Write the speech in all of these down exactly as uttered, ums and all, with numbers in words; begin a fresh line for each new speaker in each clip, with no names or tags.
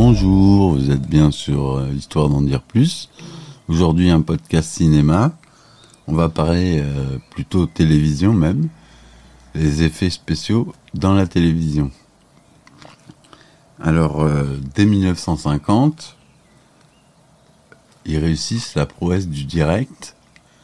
Bonjour, vous êtes bien sur euh, Histoire d'en dire plus. Aujourd'hui un podcast cinéma. On va parler euh, plutôt télévision même. Les effets spéciaux dans la télévision. Alors euh, dès dix-neuf cent cinquante, ils réussissent la prouesse du direct.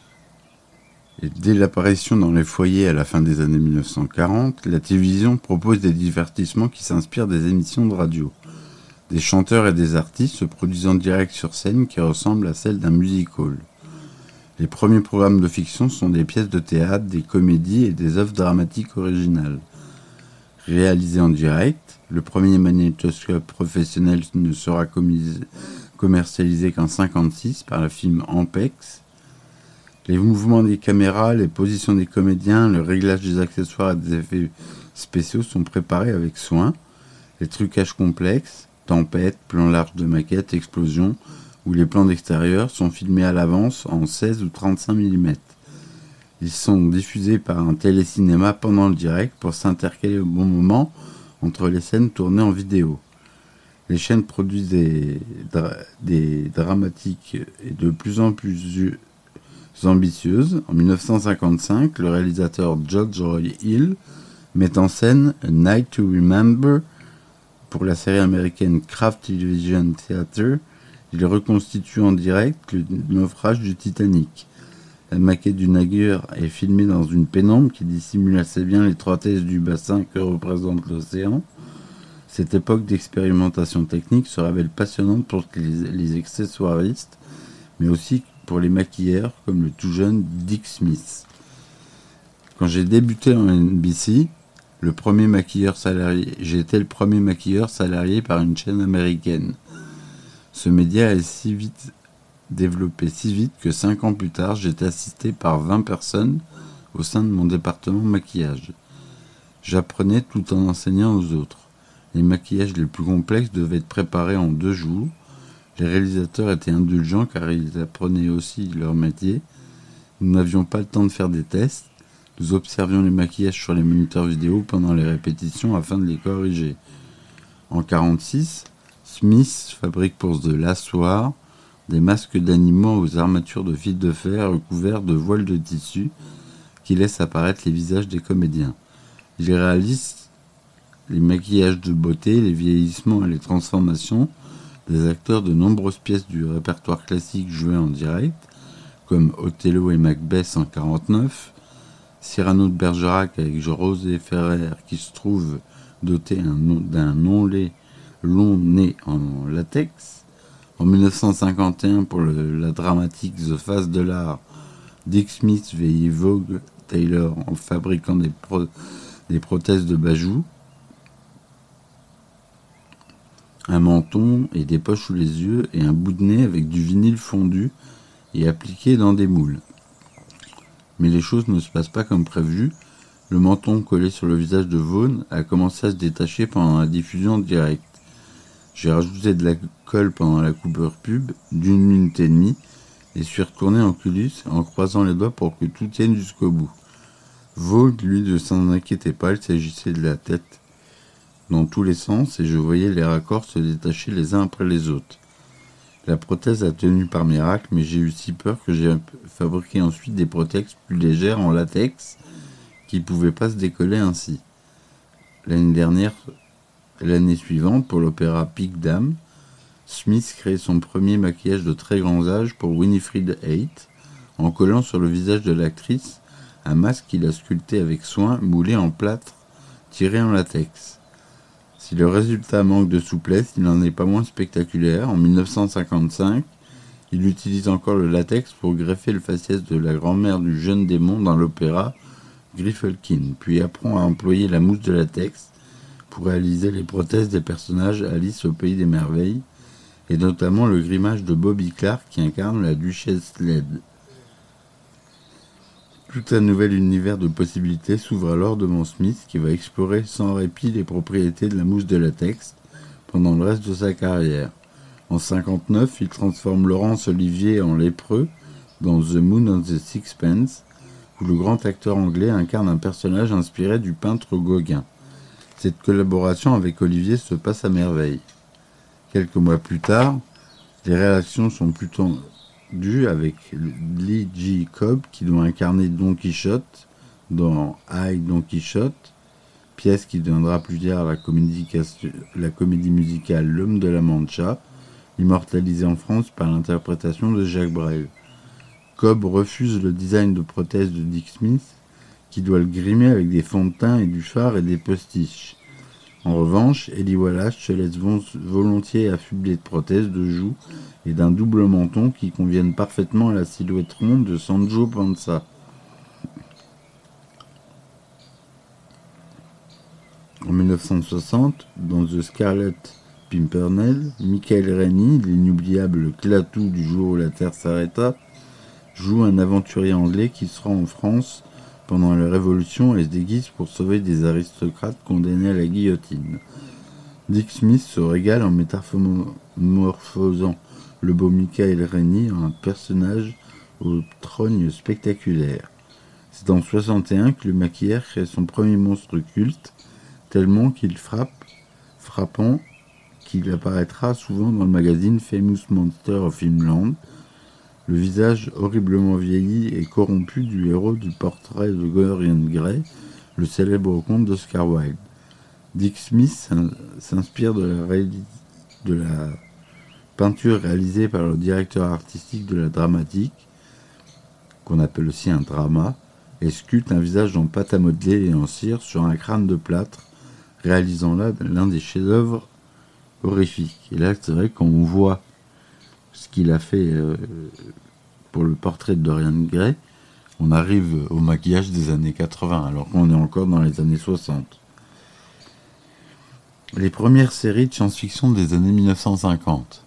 Et dès l'apparition dans les foyers à la fin des années dix-neuf cent quarante, la télévision propose des divertissements qui s'inspirent des émissions de radio. Des chanteurs et des artistes se produisent en direct sur scène qui ressemblent à celles d'un music-hall. Les premiers programmes de fiction sont des pièces de théâtre, des comédies et des œuvres dramatiques originales. Réalisés en direct, le premier magnétoscope professionnel ne sera commis- commercialisé qu'en mille neuf cent cinquante-six par la firme Ampex. Les mouvements des caméras, les positions des comédiens, le réglage des accessoires et des effets spéciaux sont préparés avec soin. Les trucages complexes, tempêtes, plans larges de maquettes, explosions, ou les plans d'extérieur sont filmés à l'avance en seize ou trente-cinq millimètres. Ils sont diffusés par un télécinéma pendant le direct pour s'intercaler au bon moment entre les scènes tournées en vidéo. Les chaînes produisent des, dra- des dramatiques et de plus en plus ambitieuses. En dix-neuf cent cinquante-cinq, le réalisateur George Roy Hill met en scène A Night to Remember pour la série américaine Kraft Television Theater. Il reconstitue en direct le naufrage du Titanic. La maquette du navire est filmée dans une pénombre qui dissimule assez bien l'étroitesse du bassin que représente l'océan. Cette époque d'expérimentation technique se révèle passionnante pour les, les accessoiristes, mais aussi pour les maquilleurs comme le tout jeune Dick Smith. Quand j'ai débuté en N B C, le premier maquilleur salarié, j'ai été le premier maquilleur salarié par une chaîne américaine. Ce média est si vite développé si vite que cinq ans plus tard, j'étais assisté par vingt personnes au sein de mon département maquillage. J'apprenais tout en enseignant aux autres. Les maquillages les plus complexes devaient être préparés en deux jours. Les réalisateurs étaient indulgents car ils apprenaient aussi leur métier. Nous n'avions pas le temps de faire des tests. Nous observions les maquillages sur les moniteurs vidéo pendant les répétitions afin de les corriger. En mille neuf cent quarante-six, Smith fabrique pour The Last War des masques d'animaux aux armatures de fil de fer recouverts de voiles de tissu qui laissent apparaître les visages des comédiens. Il réalise les maquillages de beauté, les vieillissements et les transformations des acteurs de nombreuses pièces du répertoire classique jouées en direct, comme Othello et Macbeth en mille neuf cent quarante-neuf, Cyrano de Bergerac avec José Ferrer qui se trouve doté un, d'un long-nez long nez en latex. En mille neuf cent cinquante et un, pour le, la dramatique The Face de l'art, Dick Smith veille Vogue Taylor en fabriquant des, pro, des prothèses de Bajou, un menton et des poches sous les yeux et un bout de nez avec du vinyle fondu et appliqué dans des moules. Mais les choses ne se passent pas comme prévu. Le menton collé sur le visage de Vaughn a commencé à se détacher pendant la diffusion en direct. J'ai rajouté de la colle pendant la coupure pub d'une minute et demie et suis retourné en coulisses en croisant les doigts pour que tout tienne jusqu'au bout. Vaughn, lui, ne s'en inquiétait pas, il s'agissait de la tête dans tous les sens et je voyais les raccords se détacher les uns après les autres. La prothèse a tenu par miracle, mais j'ai eu si peur que j'ai fabriqué ensuite des prothèses plus légères en latex qui ne pouvaient pas se décoller ainsi. L'année dernière, l'année suivante, pour l'opéra Pig Dame, Smith crée son premier maquillage de très grand âge pour Winifred Height, en collant sur le visage de l'actrice un masque qu'il a sculpté avec soin, moulé en plâtre, tiré en latex. Si le résultat manque de souplesse, il n'en est pas moins spectaculaire. En mille neuf cent cinquante-cinq, il utilise encore le latex pour greffer le faciès de la grand-mère du jeune démon dans l'opéra Griffelkin, puis apprend à employer la mousse de latex pour réaliser les prothèses des personnages Alice au Pays des Merveilles, et notamment le grimage de Bobby Clark qui incarne la duchesse Led. Tout un nouvel univers de possibilités s'ouvre alors devant Smith qui va explorer sans répit les propriétés de la mousse de latex pendant le reste de sa carrière. En cinquante-neuf, il transforme Laurence Olivier en lépreux dans The Moon on the Sixpence, où le grand acteur anglais incarne un personnage inspiré du peintre Gauguin. Cette collaboration avec Olivier se passe à merveille. Quelques mois plus tard, les réactions sont plutôt dues avec Lee J. Cobb qui doit incarner Don Quichotte dans I, Don Quichotte, pièce qui deviendra plus tard la comédie, la comédie musicale L'Homme de la Mancha, immortalisée en France par l'interprétation de Jacques Brel. Cobb refuse le design de prothèse de Dick Smith, qui doit le grimer avec des fonds de teint et du fard et des postiches. En revanche, Eli Wallach se laisse volontiers affubler de prothèses de joues et d'un double menton qui conviennent parfaitement à la silhouette ronde de Sancho Panza. En dix-neuf cent soixante, dans The Scarlet Pimpernel, Michael Rennie, l'inoubliable Clatou du jour où la Terre s'arrêta, joue un aventurier anglais qui se rend en France pendant la Révolution et se déguise pour sauver des aristocrates condamnés à la guillotine. Dick Smith se régale en métamorphosant le beau Michael Rennie en un personnage aux trognes spectaculaires. C'est en soixante et un que le maquilleur crée son premier monstre culte, tellement qu'il frappe, frappant qu'il apparaîtra souvent dans le magazine Famous Monster of Imland, le visage horriblement vieilli et corrompu du héros du portrait de Dorian Gray, le célèbre conte d'Oscar Wilde. Dick Smith s'inspire de la, réalis- de la peinture réalisée par le directeur artistique de la dramatique, qu'on appelle aussi un drama, et sculpte un visage en pâte à modeler et en cire sur un crâne de plâtre, réalisant là l'un des chefs-d'œuvre horrifiques. Et là, c'est vrai, quand on voit ce qu'il a fait euh, pour le portrait de Dorian Gray, on arrive au maquillage des années quatre-vingts, alors qu'on est encore dans les années soixante. Les premières séries de science-fiction des années dix-neuf cent cinquante.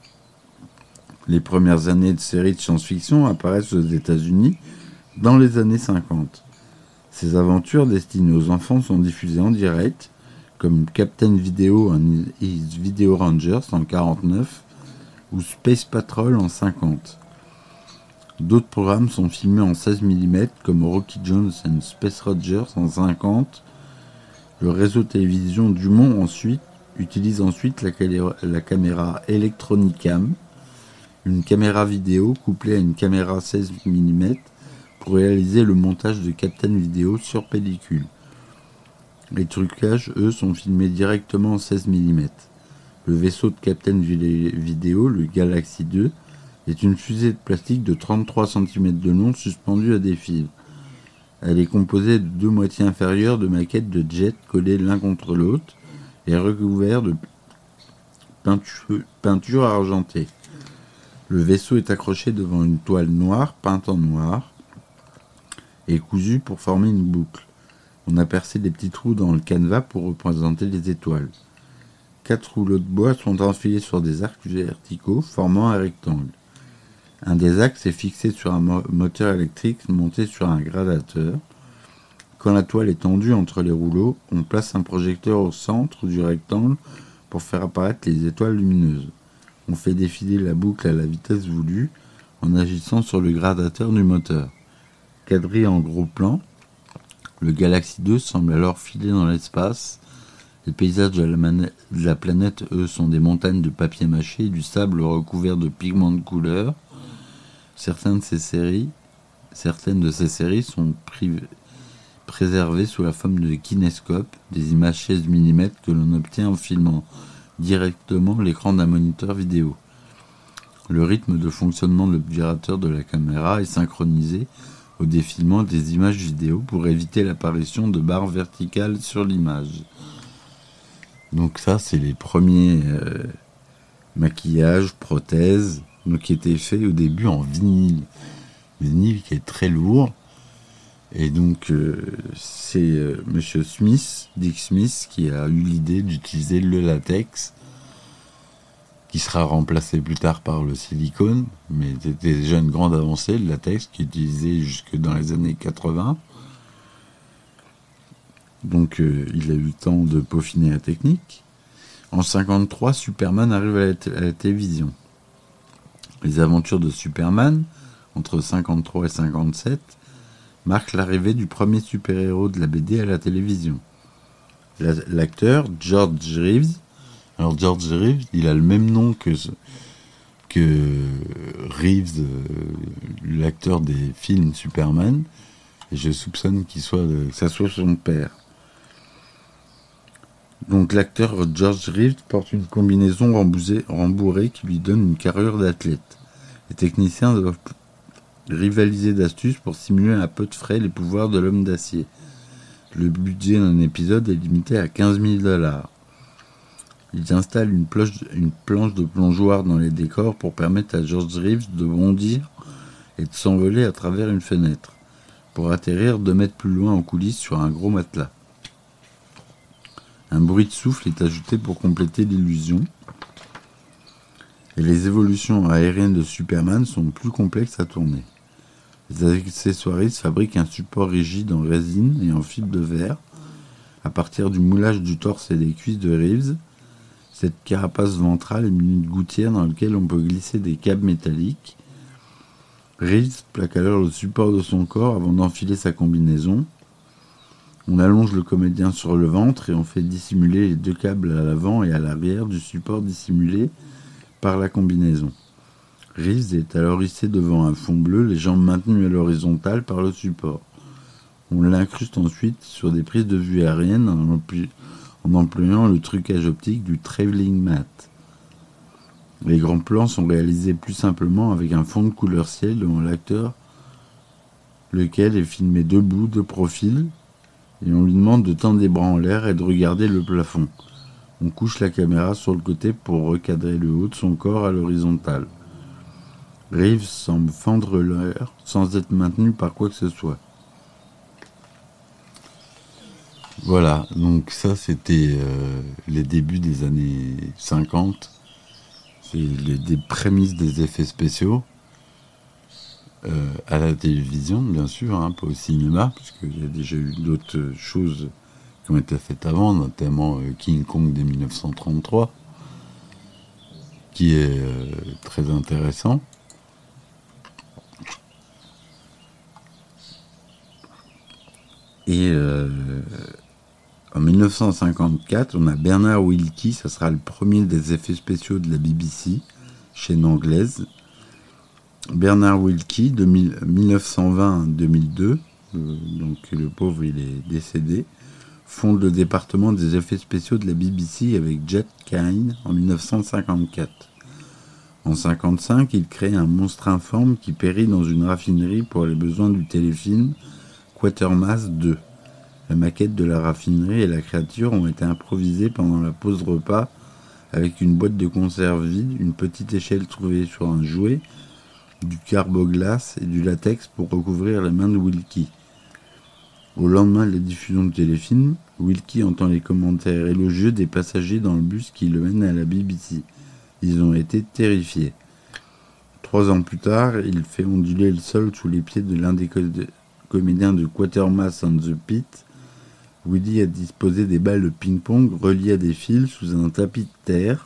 Les premières années de séries de science-fiction apparaissent aux États-Unis dans les années cinquante. Ces aventures destinées aux enfants sont diffusées en direct, comme Captain Video and His Video Rangers en quarante-neuf, ou Space Patrol en cinquante. D'autres programmes sont filmés en seize millimètres comme Rocky Jones and Space Rangers en cinquante. Le réseau télévision Dumont ensuite utilise ensuite la, caméra, la caméra Electronicam, une caméra vidéo couplée à une caméra seize millimètres pour réaliser le montage de Captain Video sur pellicule. Les trucages, eux, sont filmés directement en seize millimètres. Le vaisseau de Captain Video, le Galaxy deux, est une fusée de plastique de trente-trois centimètres de long suspendue à des fils. Elle est composée de deux moitiés inférieures de maquettes de jets collées l'un contre l'autre et recouverts de peinture, peinture argentée. Le vaisseau est accroché devant une toile noire peinte en noir et cousue pour former une boucle. On a percé des petits trous dans le canevas pour représenter les étoiles. Quatre rouleaux de bois sont enfilés sur des arcs verticaux formant un rectangle. Un des axes est fixé sur un mo- moteur électrique monté sur un gradateur. Quand la toile est tendue entre les rouleaux, on place un projecteur au centre du rectangle pour faire apparaître les étoiles lumineuses. On fait défiler la boucle à la vitesse voulue en agissant sur le gradateur du moteur. Cadré en gros plan, le Galaxy deux semble alors filer dans l'espace. Les paysages de la, manette, de la planète, eux, sont des montagnes de papier mâché et du sable recouvert de pigments de couleur. Certaines de ces séries, certaines de ces séries sont privées, préservées sous la forme de kinéscopes, des images seize millimètres que l'on obtient en filmant directement l'écran d'un moniteur vidéo. Le rythme de fonctionnement de l'obturateur de la caméra est synchronisé au défilement des images vidéo pour éviter l'apparition de barres verticales sur l'image. Donc ça, c'est les premiers euh, maquillages, prothèses, donc qui étaient faits au début en vinyle. Vinyle qui est très lourd. Et donc, euh, c'est euh, Monsieur Smith, Dick Smith, qui a eu l'idée d'utiliser le latex, qui sera remplacé plus tard par le silicone, mais c'était déjà une grande avancée, le latex, qui est utilisé jusque dans les années quatre-vingts. Donc euh, il a eu le temps de peaufiner la technique. En cinquante-trois, Superman arrive à la, t- à la télévision. Les aventures de Superman, entre cinquante-trois et cinquante-sept, marquent l'arrivée du premier super-héros de la B D à la télévision. La, l'acteur George Reeves Alors George Reeves, il a le même nom que, que Reeves, euh, l'acteur des films Superman, et je soupçonne qu'il soit de, que ça soit son père. Donc l'acteur George Reeves porte une combinaison rembourrée, rembourrée qui lui donne une carrure d'athlète. Les techniciens doivent rivaliser d'astuces pour simuler à peu de frais les pouvoirs de l'homme d'acier. Le budget d'un épisode est limité à quinze mille dollars. Ils installent une, ploche, une planche de plongeoir dans les décors pour permettre à George Reeves de bondir et de s'envoler à travers une fenêtre, pour atterrir deux mètres plus loin en coulisses sur un gros matelas. Un bruit de souffle est ajouté pour compléter l'illusion, et les évolutions aériennes de Superman sont plus complexes à tourner. Les accessoiristes fabriquent un support rigide en résine et en fibre de verre à partir du moulage du torse et des cuisses de Reeves. Cette carapace ventrale est munie de gouttières dans laquelle on peut glisser des câbles métalliques. Reeves plaque alors le support de son corps avant d'enfiler sa combinaison. On allonge le comédien sur le ventre et on fait dissimuler les deux câbles à l'avant et à l'arrière du support dissimulé par la combinaison. Reeves est alors hissé devant un fond bleu, les jambes maintenues à l'horizontale par le support. On l'incruste ensuite sur des prises de vue aériennes en, empl- en employant le trucage optique du travelling mat. Les grands plans sont réalisés plus simplement avec un fond de couleur ciel devant l'acteur, lequel est filmé debout, de profil, et on lui demande de tendre les bras en l'air et de regarder le plafond. On couche la caméra sur le côté pour recadrer le haut de son corps à l'horizontale. Reeves semble fendre l'air sans être maintenu par quoi que ce soit. Voilà, donc ça c'était euh, les débuts des années cinquante. C'est les, des prémices des effets spéciaux. Euh, à la télévision, bien sûr, hein, pas au cinéma, puisqu'il y a déjà eu d'autres choses qui ont été faites avant, notamment euh, King Kong de dix-neuf cent trente-trois, qui est euh, très intéressant. Et euh, en dix-neuf cent cinquante-quatre, on a Bernard Wilkie, ça sera le premier des effets spéciaux de la B B C, chaîne anglaise. Bernard Wilkie, de dix-neuf cent vingt à deux mille deux, euh, donc le pauvre il est décédé, fonde le département des effets spéciaux de la B B C avec Jack Kane en dix-neuf cent cinquante-quatre. En dix-neuf cent cinquante-cinq, il crée un monstre informe qui périt dans une raffinerie pour les besoins du téléfilm Quatermass deux. La maquette de la raffinerie et la créature ont été improvisées pendant la pause repas avec une boîte de conserve vide, une petite échelle trouvée sur un jouet, du carboglace et du latex pour recouvrir les mains de Wilkie. Au lendemain de la diffusion du téléfilm, Wilkie entend les commentaires élogieux des passagers dans le bus qui le mène à la B B C. Ils ont été terrifiés. Trois ans plus tard, il fait onduler le sol sous les pieds de l'un des co- comédiens de Quatermass and the Pit. Woody a disposé des balles de ping-pong reliées à des fils sous un tapis de terre.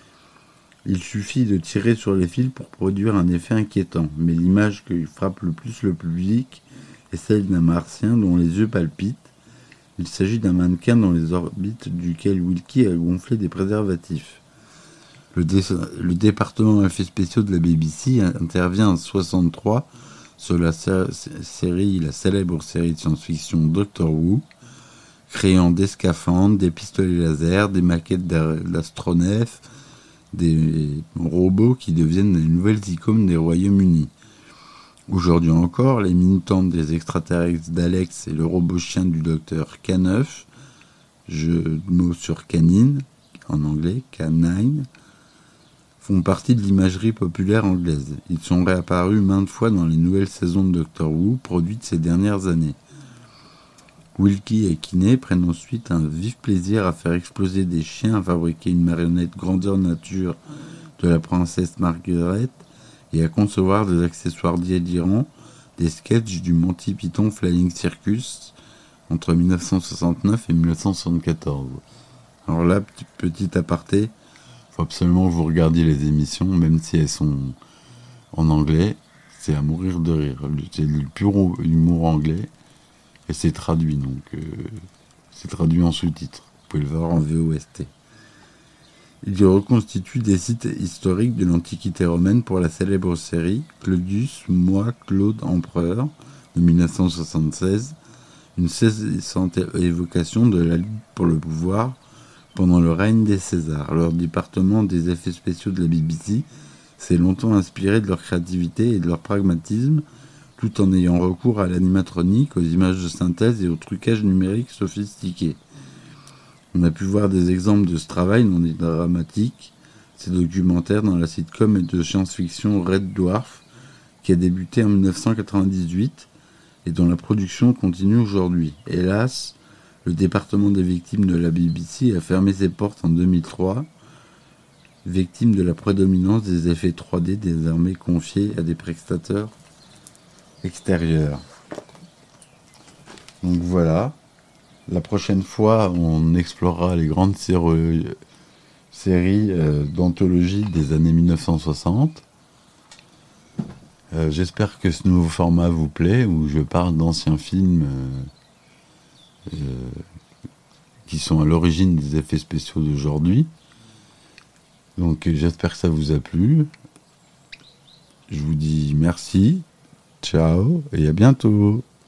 Il suffit de tirer sur les fils pour produire un effet inquiétant, mais l'image qui frappe le plus le public est celle d'un martien dont les yeux palpitent. Il s'agit d'un mannequin dans les orbites duquel Wilkie a gonflé des préservatifs. Le, dé- le département effets spéciaux de la B B C intervient en soixante-trois sur la sé- série, la célèbre série de science-fiction Doctor Who, créant des scaphandres, des pistolets laser, des maquettes d'a- d'astronefs, des robots qui deviennent les nouvelles icônes des Royaumes-Unis. Aujourd'hui encore, les militants des extraterrestres d'Alex et le robot chien du docteur K neuf, jeu de mots sur canine, en anglais, K neuf, font partie de l'imagerie populaire anglaise. Ils sont réapparus maintes fois dans les nouvelles saisons de Doctor Who produites ces dernières années. Wilkie et Kinney prennent ensuite un vif plaisir à faire exploser des chiens, à fabriquer une marionnette grandeur nature de la princesse Margaret et à concevoir des accessoires délirants, des sketchs du Monty Python Flying Circus entre dix-neuf cent soixante-neuf et dix-neuf cent soixante-quatorze. Alors là, petit, petit aparté, il faut absolument que vous regardiez les émissions, même si elles sont en anglais, c'est à mourir de rire. C'est du pur humour anglais. Et c'est traduit, donc euh, c'est traduit en sous-titres. Vous pouvez le voir en V O S T. Il reconstitue des sites historiques de l'Antiquité romaine pour la célèbre série Claudius, moi, Claude, empereur de mille neuf cent soixante-seize, une saisissante évocation de la lutte pour le pouvoir pendant le règne des Césars. Leur département des effets spéciaux de la B B C s'est longtemps inspiré de leur créativité et de leur pragmatisme, tout en ayant recours à l'animatronique, aux images de synthèse et au trucage numérique sophistiqué. On a pu voir des exemples de ce travail dans des dramatiques, ces documentaires dans la sitcom et de science-fiction Red Dwarf, qui a débuté en dix-neuf cent quatre-vingt-dix-huit et dont la production continue aujourd'hui. Hélas, le département des victimes de la B B C a fermé ses portes en deux mille trois, victime de la prédominance des effets trois D désormais confiés à des prestataires extérieurs. Donc voilà. La prochaine fois, on explorera les grandes séries, séries euh, d'anthologie des années mille neuf cent soixante. Euh, j'espère que ce nouveau format vous plaît, où je parle d'anciens films euh, euh, qui sont à l'origine des effets spéciaux d'aujourd'hui. Donc j'espère que ça vous a plu. Je vous dis merci, ciao et à bientôt.